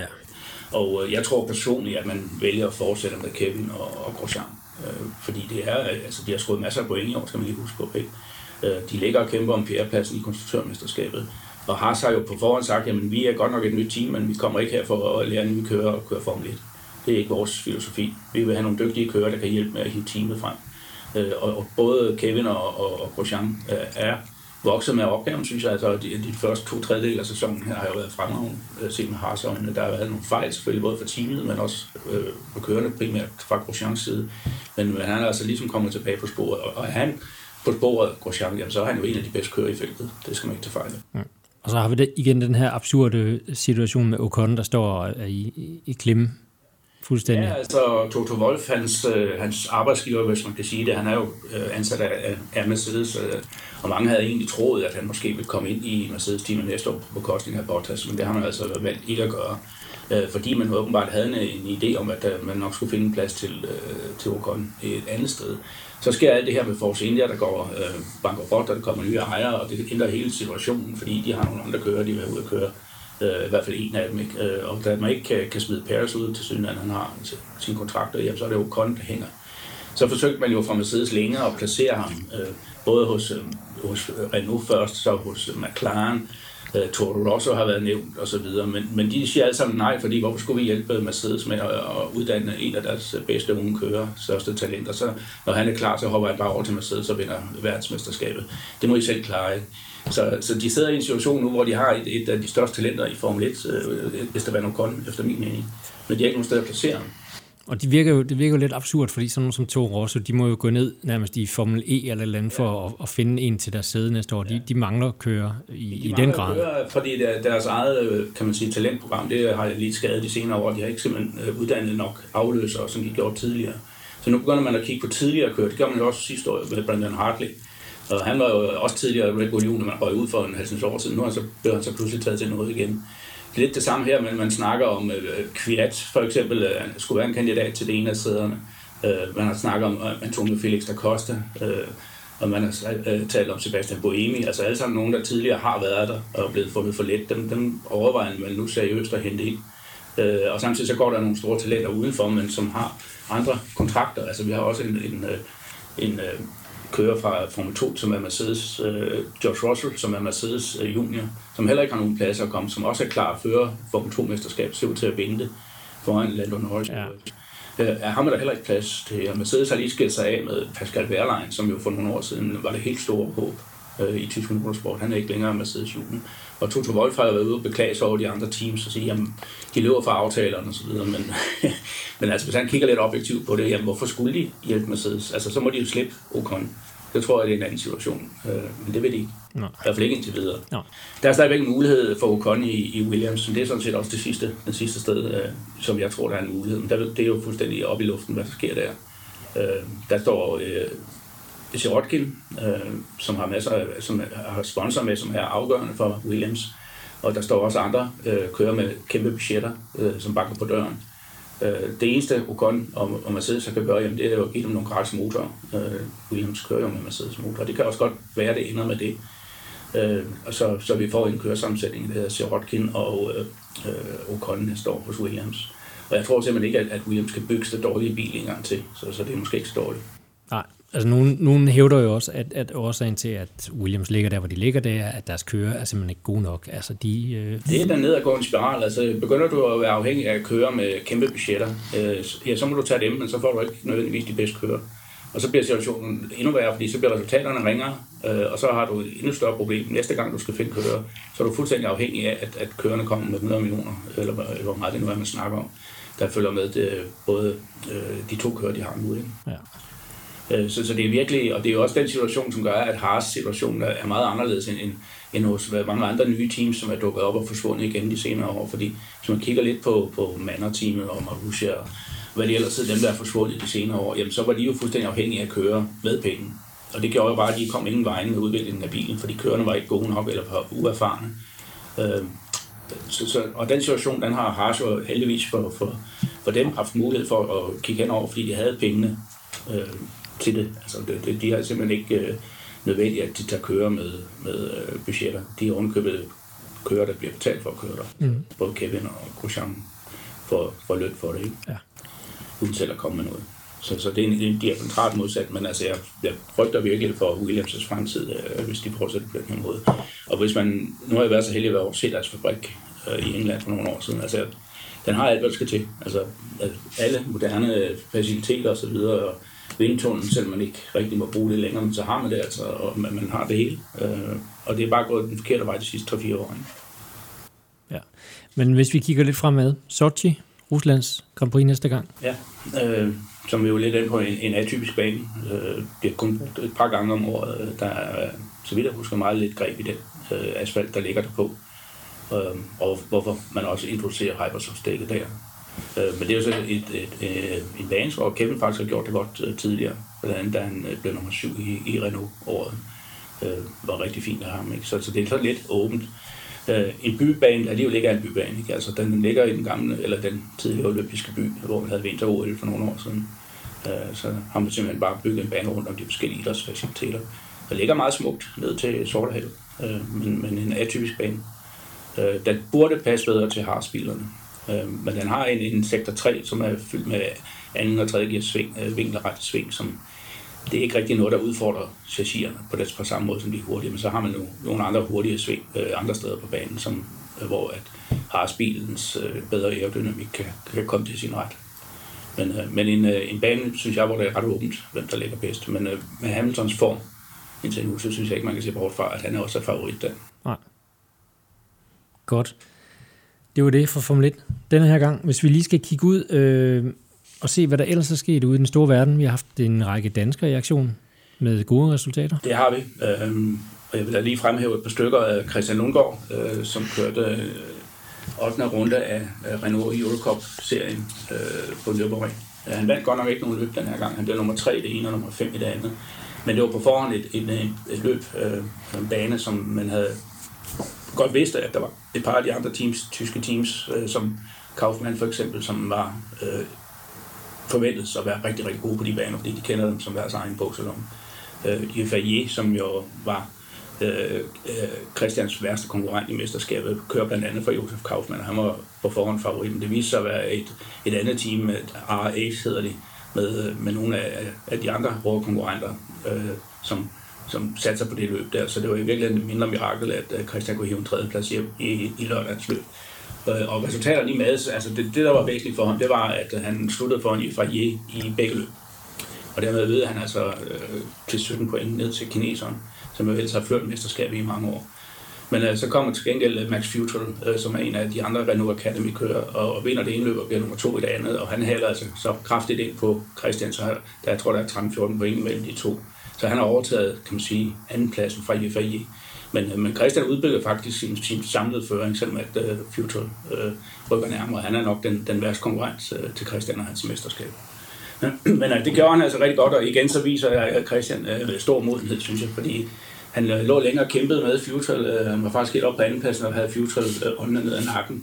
Og jeg tror personligt, at man vælger at fortsætte med Kevin og Grosjean, fordi det er, altså de har skåret masser af point i år, skal man lige huske på, ikke? De ligger og kæmper om fjerdepladsen i konstruktørmesterskabet, og Haas har jo på forhånd sagt, jamen vi er godt nok et nyt team, men vi kommer ikke her for at lære nye kører og køre Formel 1. Det er ikke vores filosofi. Vi vil have nogle dygtige kører, der kan hjælpe med at hive teamet frem. Og både Kevin og Grosjean er vokset med opgaven, synes jeg. Altså, de første 2/3 af sæsonen her har jo været fremragende set med Haas-øjnene. Der har været nogle fejl selvfølgelig, både for teamet, men også på kørende, primært fra Grosjeans side. Men han er altså ligesom kommet tilbage på sporet. Og er han på sporet, Grosjean, jamen, så er han jo en af de bedste kører i feltet. Det skal man ikke tage fejl af. Ja. Og så har vi igen den her absurde situation med Ocon, der står i klemme. Fuldstændig. Ja, altså Toto Wolff, hans arbejdsgiver, hvis man kan sige det, han er jo ansat af Mercedes, og mange havde egentlig troet, at han måske ville komme ind i Mercedes-teamet næste år på bekostning af Bottas, men det har man altså valgt ikke at gøre, fordi man åbenbart havde en idé om, at man nok skulle finde en plads til Ocon et andet sted. Så sker alt det her med Force India, der går bankerot, og der kommer nye ejere, og det ændrer hele situationen, fordi de har nogle andre kører, de vil have ud at køre. I hvert fald en af dem, ikke? Og da man ikke kan smide Paris ud til syden, at han har sine kontrakter, jamen, så er det jo Ocon, der hænger. Så forsøgte man jo fra Mercedes længere at placere ham, både hos Renault først, så hos McLaren, Toro Rosso har været nævnt osv., men de siger alle sammen nej, fordi hvorfor skulle vi hjælpe Mercedes med at uddanne en af deres bedste unge kører, største talenter, så når han er klar, så hopper han bare over til Mercedes og vinder verdensmesterskabet. Det må I selv klare, ikke? Så de sidder i en situation nu, hvor de har et af de største talenter i Formel 1, hvis der var Ocon, efter min mening. Men de har ikke nogen sted at placere ham. Og det virker jo lidt absurd, fordi sådan nogle som Toro Rosso, de må jo gå ned nærmest i Formel E eller andet for at finde en til deres sæde næste år. De mangler at køre i den grad. De mangler fordi deres eget, kan man sige, talentprogram, det har lige skadet de senere år. De har ikke simpelthen uddannet nok afløsere, som de gjorde tidligere. Så nu begynder man at kigge på tidligere kører. Det gør man jo også sidste år med Brendan Hartley. Og han var jo også tidligere Red Bull junior, man røg ud for en halvsens år siden. Nu blev han så pludselig taget til noget igen. Det er lidt det samme her, men man snakker om Kvyat, for eksempel, skulle være en kandidat til det ene af sæderne. Man har snakket om Antonio Felix da Costa, og man har talt om Sebastian Buemi. Altså alle sammen nogen, der tidligere har været der og er blevet fundet for let. Dem overvejer man nu seriøst at hente ind. Og samtidig så går der nogle store talenter udenfor, men som har andre kontrakter. Altså vi har også en kører fra Formel 2, som er Mercedes, George Russell, som er Mercedes junior, som heller ikke har nogen pladser at komme, som også er klar at føre Formel 2-mesterskab, ser ud til at vinde foran Lando Norris. Ja. Ham er der heller ikke plads til. Mercedes har lige skilt sig af med Pascal Wehrlein, som jo for nogle år siden var det helt store håb i tysk motorsport. Han er ikke længere Mercedes junior. Og Toto Wolff har været ude og beklage sig over de andre teams og sige, jamen, de løber fra aftalerne og så videre, men altså, hvis han kigger lidt objektivt på det, jamen, hvorfor skulle de hjælpe Mercedes? Altså, så må de jo slippe Ocon. Det tror jeg, det er en anden situation, men det vil de ikke. I hvert fald ikke indtil videre. No. Der er stadigvæk en mulighed for Ocon i Williams, men det er sådan set også den sidste sted, som jeg tror, der er en mulighed. Men det er jo fuldstændig op i luften, hvad der sker der. Der står Sirotkin, som har sponsor med, som er afgørende for Williams. Og der står også andre kører med kæmpe budgetter, som banker på døren. Det eneste Ocon og Mercedes kan gøre, jamen, det er jo at give dem nogle gratis motorer. Williams kører jo med Mercedes motor, og det kan også godt være, det ender med det. Og så vi får en køresammensætning, der hedder Sirotkin og Ocon næste år hos Williams. Og jeg tror simpelthen ikke, at Williams kan bygge så dårlige bil en gang til, så det er måske ikke så dårligt. Nej, altså nogen hævder jo også, at årsagen til, at Williams ligger der, hvor de ligger, det er, at deres kører er simpelthen ikke gode nok. Altså det er den nedadgående spiral. Altså begynder du at være afhængig af at køre med kæmpe budgetter, så må du tage dem, men så får du ikke nødvendigvis de bedste kører. Og så bliver situationen endnu værre, fordi så bliver resultaterne ringere, og så har du et endnu større problem. Næste gang du skal finde kører, så er du fuldstændig afhængig af, at kørerne kommer med 100 millioner, eller hvor meget det nu er, man snakker om, der følger med det, både de 2 kører, de har nu. Ikke? Ja. Så det er virkelig, og det er jo også den situation, som gør, at Haas situation er meget anderledes end hos mange andre nye teams, som er dukket op og forsvundet igen de senere år. Fordi hvis man kigger lidt på Manor-teamet og Marussia og hvad de ellers er dem, der er forsvundet de senere år, jamen så var de jo fuldstændig afhængige af at køre med penge. Og det gjorde jo bare, at de kom ingen vejen med udviklingen af bilen, fordi kørerne var ikke gode nok eller for uerfarne. Og den situation, den har Haas jo heldigvis for dem haft mulighed for at kigge hen over, fordi de havde pengene til det. Altså de har simpelthen ikke nødvendigt, at de tager kører med budgetter. De har ovenkøbet kører, der bliver betalt for at køre der. Både Kevin og Grosjean for løn for det, ikke? Ja. Uden selv at komme med noget. Så det er en diametralt modsat, men altså jeg frygter virkelig for Williams' fremtid, hvis de fortsætter på den her måde. Og hvis man, nu har jeg været så heldig at være over set deres fabrik i England for nogle år siden, altså den har alt, hvad der skal til. Altså alle moderne faciliteter og så videre, og vindtunnelen, selvom man ikke rigtig må bruge det længere, men så har man det altså, og man har det hele. Og det er bare gået den forkerte vej de sidste 3-4 år. Ikke? Ja, men hvis vi kigger lidt fremad, Sochi, Ruslands Grand Prix næste gang. Ja, som vi jo lidt ind på en atypisk bane. Bliver kun brugt et par gange om året. Der er, så vidt jeg husker, meget lidt greb i den asfalt, der ligger der på. Og hvorfor man også introducerer Hypersoft-dækket der. Men det er jo så en bane, hvor Kevin faktisk har gjort det godt tidligere. Blandt andet, da han blev nummer 7 i Renault-året. Var rigtig fint af ham. Ikke? Så det er så lidt åbent. En bybane, der alligevel ikke er en bybane. Ikke? Altså, den ligger i den gamle, eller den tidligere olympiske by, hvor man havde vinter-OL for nogle år siden. Så har man simpelthen bare bygget en bane rundt om de forskellige idrætsfaciliteter. Der ligger meget smukt ned til Sortehavet, men en atypisk bane. Den burde passe bedre til Haas-bilerne. Men den har en sektor 3, som er fyldt med anden og tredje gears sving, vinkelrette sving, som det er ikke rigtig noget, der udfordrer chassiserne på samme måde som de hurtige, men så har man nogle andre hurtige sving andre steder på banen, hvor at Haas-bilens bedre aerodynamik kan komme til sin ret. Men en bane, synes jeg, hvor det er ret åbent, hvem der ligger bedst. Men med Hamiltons form indtil nu, så synes jeg ikke, man kan se bort fra, at han er også favorit der. Nej. Godt. Det var det for Formel 1 denne her gang. Hvis vi lige skal kigge ud og se, hvad der ellers er sket ude i den store verden. Vi har haft en række danskere i aktion med gode resultater. Det har vi. Og jeg vil da lige fremhæve et par stykker af Christian Lundgaard, som kørte 8. runde af Renault Eurocup-serien på Nürburgring. Han vandt godt nok ikke nogen løb den her gang. Han blev nummer 3 det ene og nummer 5 i det andet. Men det var på forhånd et løb, en bane, som man havde godt vidste, at der var et par af de andre tyske teams, som Kaufmann for eksempel, som var forventet at være rigtig, rigtig gode på de baner, fordi de kender dem som deres egen bogsalon. Faye, som jo var Christians værste konkurrent i mesterskabet, kører blandt andet for Josef Kaufmann, og han var på forhånd favoritten. Det viste sig at være et andet team, RAS hedder de, med nogle af de andre hårde konkurrenter, som satte sig på det løb der. Så det var i virkeligheden et mindre mirakel, at Christian kunne hive en tredjeplads hjem i lørdagens løb. Og resultaterne i Mads, altså det der var væsentligt for ham, det var, at han sluttede foran Faye i begge løb. Og dermed ved han altså til 17 point ned til kineseren, som jo ellers har ført mesterskabet i mange år. Men så kommer til gengæld Max Futrell, som er en af de andre Renault Academy-kører, og vinder det ene løb og bliver nummer 2 i det andet, og han hælder altså så kraftigt ind på Christian, så jeg tror, der er 13-14 point mellem de to. Så han har overtaget, kan man sige, andenpladsen fra Faye. Men Christian udbygger faktisk sin samlede føring, selvom at Futrell rykker nærmere. Han er nok den værste konkurrent til Christian og hans mesterskab. Men det gjorde han altså rigtig godt, og igen så viser Christian stor modenhed, synes jeg, fordi han lå længere og kæmpede med Futrell. Han var faktisk helt oppe på andenpladsen og havde Futrell ånden ned ad nakken.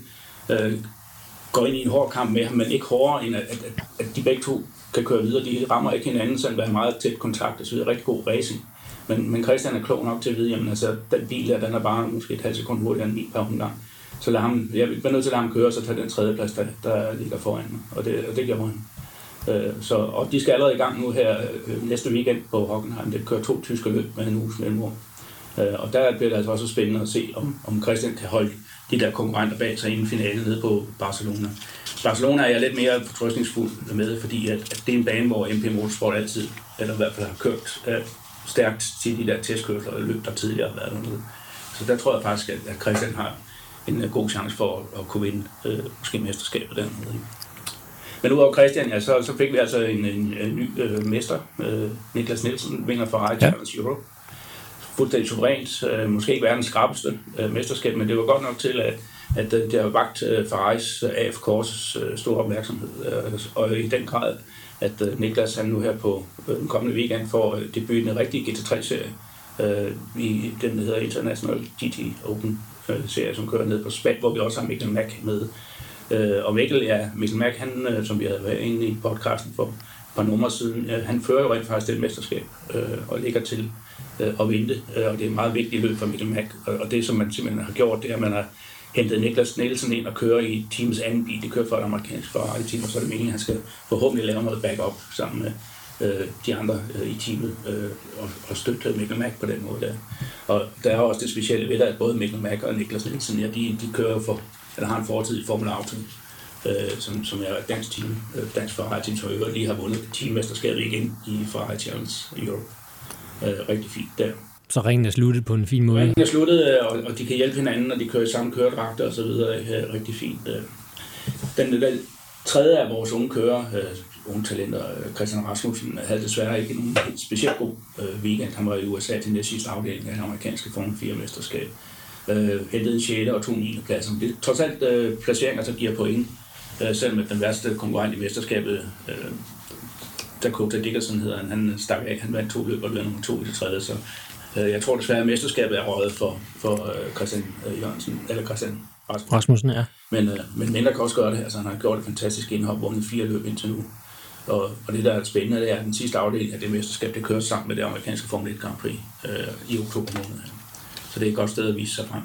Går ind i en hård kamp med ham, men ikke hårdere end at de begge to kan køre videre. De rammer ikke hinanden, så det er meget tæt kontakt og så videre. Rigtig god racing. Men Christian er klog nok til at vide, jamen altså, den bil der, den er bare måske et halvt sekund hurtigere end min per omgang. Så jeg bliver nødt til at lade ham køre, så tage den tredje plads, der ligger foran mig. Og det gjorde han. Og de skal allerede i gang nu her næste weekend på Hockenheim. Det kører 2 tyske løb med en uges mellemrum. Og der bliver det altså også spændende at se, om Christian kan holde de der konkurrenter bag sig inden finalen nede på Barcelona. Barcelona er jeg lidt mere fortrøstningsfuld med, fordi at det er en bane, hvor MP Motorsport altid eller i hvert fald har kørt stærkt til de der testkørsler og løb, der tidligere har været dernede. Så der tror jeg faktisk, at Christian har en god chance for at kunne vinde måske mesterskabet dernede. Men udover Christian, ja, så fik vi altså en ny mester, Niklas Nielsen, vinder Ferrari Challenge Europe. Fuldstændig suverænt, måske ikke verdens skrappeste mesterskab, men det var godt nok til, at det har vagt Ferraris AF Corses store opmærksomhed, og i den grad, at Niklas han nu her på den kommende weekend får debut i en rigtig GT3-serie, i den, der hedder International GT Open-serie, som kører ned på Spa, hvor vi også har Mikkel Mack med. Og Mikkel Mack, han, som vi havde været inde i podcasten for et par numre siden, han fører jo rent faktisk det mesterskab og ligger til at vinde, og det er et meget vigtigt løb for Mikkel Mack. Og det, som man simpelthen har gjort, det er, at man har hentet Niklas Nielsen ind og kører i teamets anden bil. De kører for et amerikansk Ferrari-team, og så er det meningen, at han skal forhåbentlig lave noget backup sammen med de andre i teamet og støtte Mikkel Mack på den måde der. Og der er også det specielle ved, at både Mikkel Mack og Niklas Nielsen, ja, de kører eller har en fortid i Formel Auto, som er et dansk Ferrari-team, som lige har vundet teammesterskabet igen i Ferrari Challenge Europe. Rigtig fint der. Så ringen er sluttet på en fin måde. Ringen er sluttet, og de kan hjælpe hinanden, og de kører i samme køredragter og så videre. Rigtig fint. Den tredje af vores unge kører, unge talenter, Christian Rasmussen, havde desværre ikke en specielt god weekend. Han var i USA til næste sidste afdeling af den amerikanske Formel 4-mesterskab. Hentede en 6. og 2. 9. pladser. Det er trods alt placeringer, der giver point, selvom den værste konkurrent i mesterskabet, Dakota Dickerson hedder han stak af. Han vandt 2 løb og blev nummer 2 i det tredje, så jeg tror desværre, at mesterskabet er røget for Christian Jørgensen, eller Christian Rasmussen, ja. Men mindre kan også gøre det. Altså, han har gjort et fantastisk indhop, vundet 4 løb indtil nu. Og det, der er spændende, det er, at den sidste afdeling af det mesterskab, det kører sammen med det amerikanske Formel 1 Grand Prix i oktober måned. Så det er et godt sted at vise sig frem.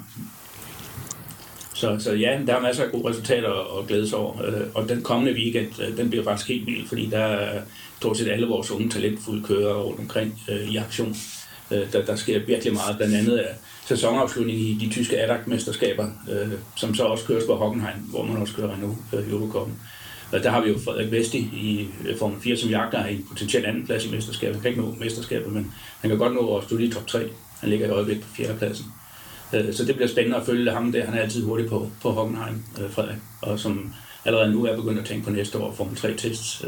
Så ja, der er masser af gode resultater at glæde sig over. Og den kommende weekend, den bliver faktisk helt vild, fordi der er stort set alle vores unge talentfulde kører rundt omkring i aktion. Der sker virkelig meget, blandt andet af sæsonafslutning i de tyske ADAC-mesterskaber, som så også køres på Hockenheim, hvor man også kører nu Eurocupen. Der har vi jo Frederik Vesti i Formel 4, som jagter en potentiel anden plads i mesterskabet. Han kan ikke nå mesterskabet, men han kan godt nå at slutte i top 3. Han ligger i øjeblikket på 4. pladsen. Så det bliver spændende at følge ham der. Han er altid hurtig på Hockenheim, Frederik, og som allerede nu er begyndt at tænke på næste år Formel 3-tests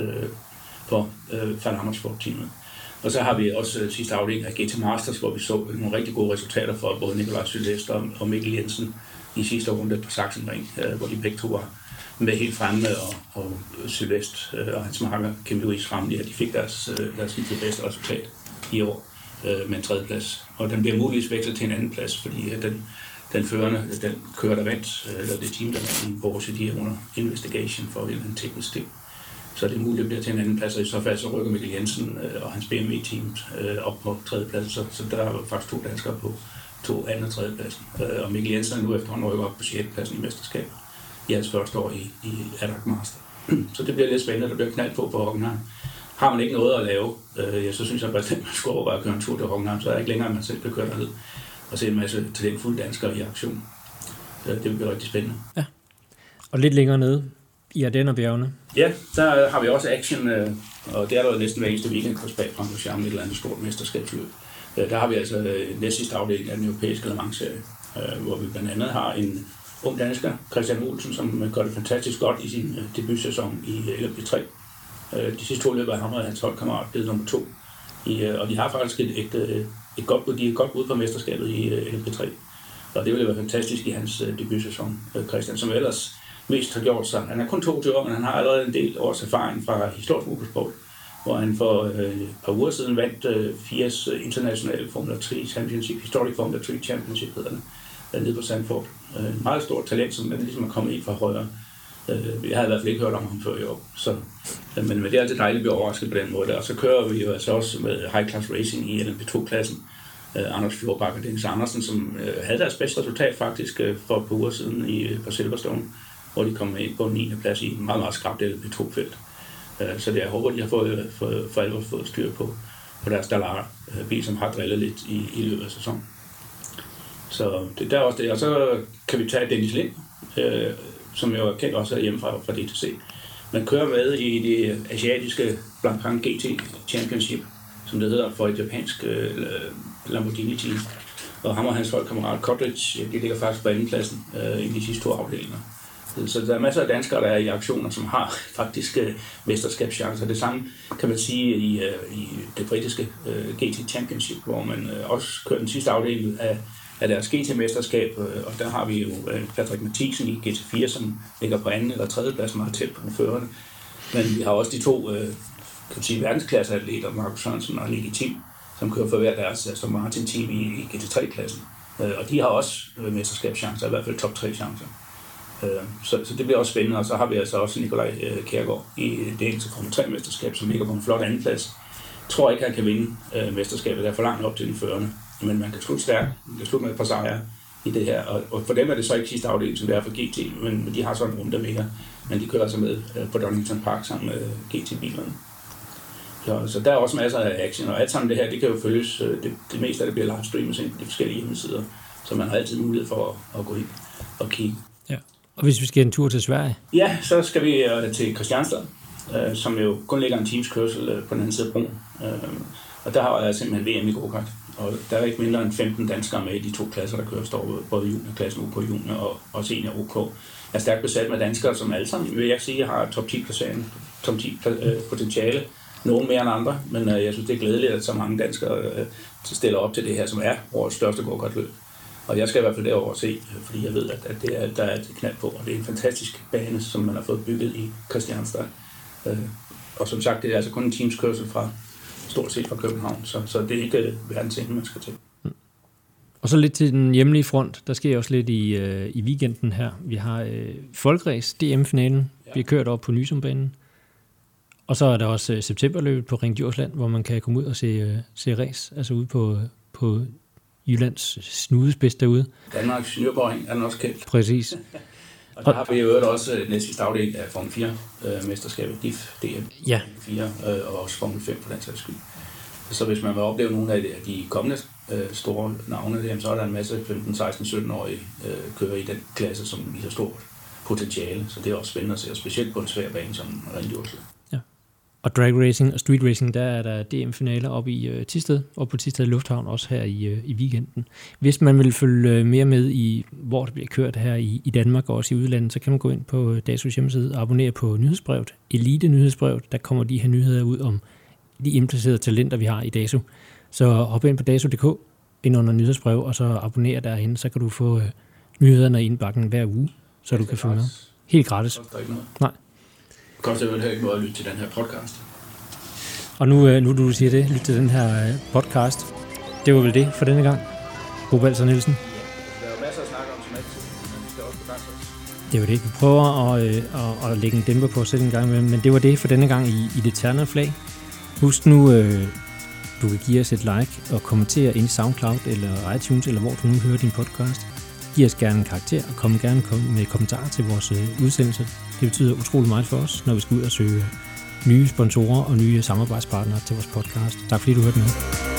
for Van Amersfoort-teamet. Og så har vi også sidste afdeling af GT Masters, hvor vi så nogle rigtig gode resultater for både Nikolaj Sylvester og Mikkel Jensen i sidste runde på Sachsenring, hvor de begge to var med helt fremme, og Sylvest og hans marker, Kim Louis fremme, de fik deres helt bedste resultat i år med en 3. plads. Og den bliver muligvis vekslet til en anden plads, fordi den førende, den kører der vandt, eller det team, der vandt i Borussia, de er under investigation for en teknisk ting. Så det er muligt, at det bliver til en anden plads, og i så fald så rykker Mikkel Jensen og hans BMW-team op på 3. plads, så der er faktisk 2 danskere på 2. og 3. pladsen. Og Mikkel Jensen er nu efterhånden rykker op på 6. pladsen i mesterskabet i hans første år i ADAC Master. Så det bliver lidt spændende, der bliver knald på Hockenheim. Har man ikke noget at lave, så synes jeg bare, at man skulle overveje at køre en tur til Hockenheim, så er det ikke længere, at man selv kan køre derned og se en masse talentfulde danskere i aktion. Det bliver rigtig spændende. Ja. Og lidt længere nede i Ardennerbjergene. Ja, der har vi også action, og det er der jo næsten hver eneste weekend på Spa-Francorchamps, et eller andet stort mesterskabsløb. Der har vi altså næst sidste afdeling af den europæiske Le Mans-serie, hvor vi blandt andet har en ung dansker, Christian Olsen, som gør det fantastisk godt i sin debutsæson i LMP3. De sidste 2 løb af ham og hans holdkammerat blevet nummer 2. Og de har faktisk et godt bud. De er et godt bud på mesterskabet i LMP3. Og det ville være fantastisk i hans debutsæson, Christian, som ellers mest har gjort sig. Han er kun 22 år, men han har allerede en del års erfaring fra historisk motorsport, hvor han for et par uger siden vandt FIAs internationale Formula 3 Championship, Historic Formula 3 Championship hedder det, nede på Zandvoort. En meget stort talent, som ligesom er kommet ind fra højre. Jeg havde i hvert fald ikke hørt om ham før i år. Men det er altid dejligt at blive overrasket på den måde. Og så kører vi jo altså også med High Class Racing i LMP2-klassen. Anders Fjordbakke og Dennis Andersen, som havde deres bedste resultat faktisk for et par uger siden på Silverstone, hvor de kom ind på en 9. plads i en meget, meget skrabt LMP2-felt. Så jeg håber, de har for alvor fået styr på deres Dallara-bil, som har drillet lidt i løbet af sæsonen. Så det er også det. Og så kan vi tage Dennis Lind, som jo er kendt også hjemme fra DTC. Man kører med i det asiatiske Blancpain GT Championship, som det hedder, for et japansk Lamborghini team. Og ham og hans holdkammerat Kodrich, de ligger faktisk på andenpladsen i de sidste 2 afdelinger. Så der er masser af danskere, der er i aktioner, som har faktisk mesterskabschancer. Det samme kan man sige i det britiske GT Championship, hvor man også kører den sidste afdeling af deres GT-mesterskab. Og der har vi jo Patrick Mathisen i GT4, som ligger på anden eller tredje plads meget tæt på den førende. Men vi har også de 2 verdensklasseatleter, Markus Sørensen og Nicky Thiem, som kører for hver deres Aston Martin team i GT3-klassen. Og de har også mesterskabschancer, i hvert fald top 3-chancer. Så det bliver også spændende, og så har vi altså også Nikolaj Kjærgaard i det engelske Formel 3-mesterskab, som ligger på en flot andenplads. Jeg tror ikke, han kan vinde mesterskabet, der er for langt op til den førende, men man kan slutte stærkt, man kan slutte med et par sejre i det her, og for dem er det så ikke sidste afdeling, som det er for GT, men de har så en runde mere, men de kører altså med på Donington Park sammen med GT-bilerne. Så der er også masser af action, og alt sammen det her, det kan jo følges, det meste af det bliver livestreamet ind på de forskellige hjemmesider, så man har altid mulighed for at gå ind og kigge. Ja. Og hvis vi skal en tur til Sverige? Ja, så skal vi til Kristianstad, som jo kun ligger en times kørsel på den anden side af broen. Og der har jeg simpelthen VM i go-kart, og der er ikke mindre end 15 danskere med i de 2 klasser, der kører, står både juniorklassen UK junior og senior OK. Jeg er stærkt besat med danskere, som alle sammen, vil jeg sige, har top 10 placering, top 10 potentiale. Nogle mere end andre, men jeg synes, det er glædeligt, at så mange danskere stiller op til det her, som er vores største go-kart-løb. Og jeg skal i hvert fald derover se, fordi jeg ved, at der er et knald på, og det er en fantastisk bane, som man har fået bygget i Kristianstad. Og som sagt, det er altså kun en times kørsel fra stort set fra København, så det er ikke verdens ende, man skal til. Og så lidt til den hjemlige front. Der sker også lidt i weekenden her. Vi har Folkræs, DM-finalen, bliver kørt op på Nysumbanen. Og så er der også septemberløbet på Ring Djursland, hvor man kan komme ud og se race, altså ude på Jyllands snudespids derude. Danmarks Nürburgring er den også kendt. Præcis. Og der har vi jo også næste sidste afdeling af Formel 4 mesterskabet, DIF, DM, ja. 4 og også Formel 5 på den sags skyld. Så hvis man vil opleve nogle af de kommende store navne, så er der en masse 15, 16, 17-årige kører i den klasse, som viser stort potentiale. Så det er også spændende at se, specielt på en svær bane som Ring Djursland. Og drag racing og street racing, der er der DM-finaler oppe i Thisted, og på Thisted Lufthavn også her i weekenden. Hvis man vil følge mere med i, hvor det bliver kørt her i Danmark og også i udlandet, så kan man gå ind på DASUs hjemmeside og abonnere på nyhedsbrevet, Elite nyhedsbrevet. Der kommer de her nyheder ud om de indplacerede talenter, vi har i DASU. Så hop ind på dasu.dk, ind under nyhedsbrev, og så abonner derinde, så kan du få nyhederne i indbakken hver uge, så du kan følge med. Helt gratis. Det koster ikke noget. Nej. Det koster jo ikke noget at lytte til den her podcast. Og nu du siger det, lyt til den her podcast. Det var vel det for denne gang. Bo Balser Nielsen. Der er jo masser at snakke om som altid, men vi skal også begrænse os. Det var det. Vi prøver at lægge en dæmper på os selv en gang med, men det var det for denne gang i det ternede flag. Husk nu, du kan give os et like og kommentere ind i SoundCloud eller iTunes, eller hvor du nu hører din podcast. Giv os gerne en karakter og kom gerne med kommentarer til vores udsendelse. Det betyder utrolig meget for os, når vi skal ud og søge nye sponsorer og nye samarbejdspartnere til vores podcast. Tak fordi du hørte med.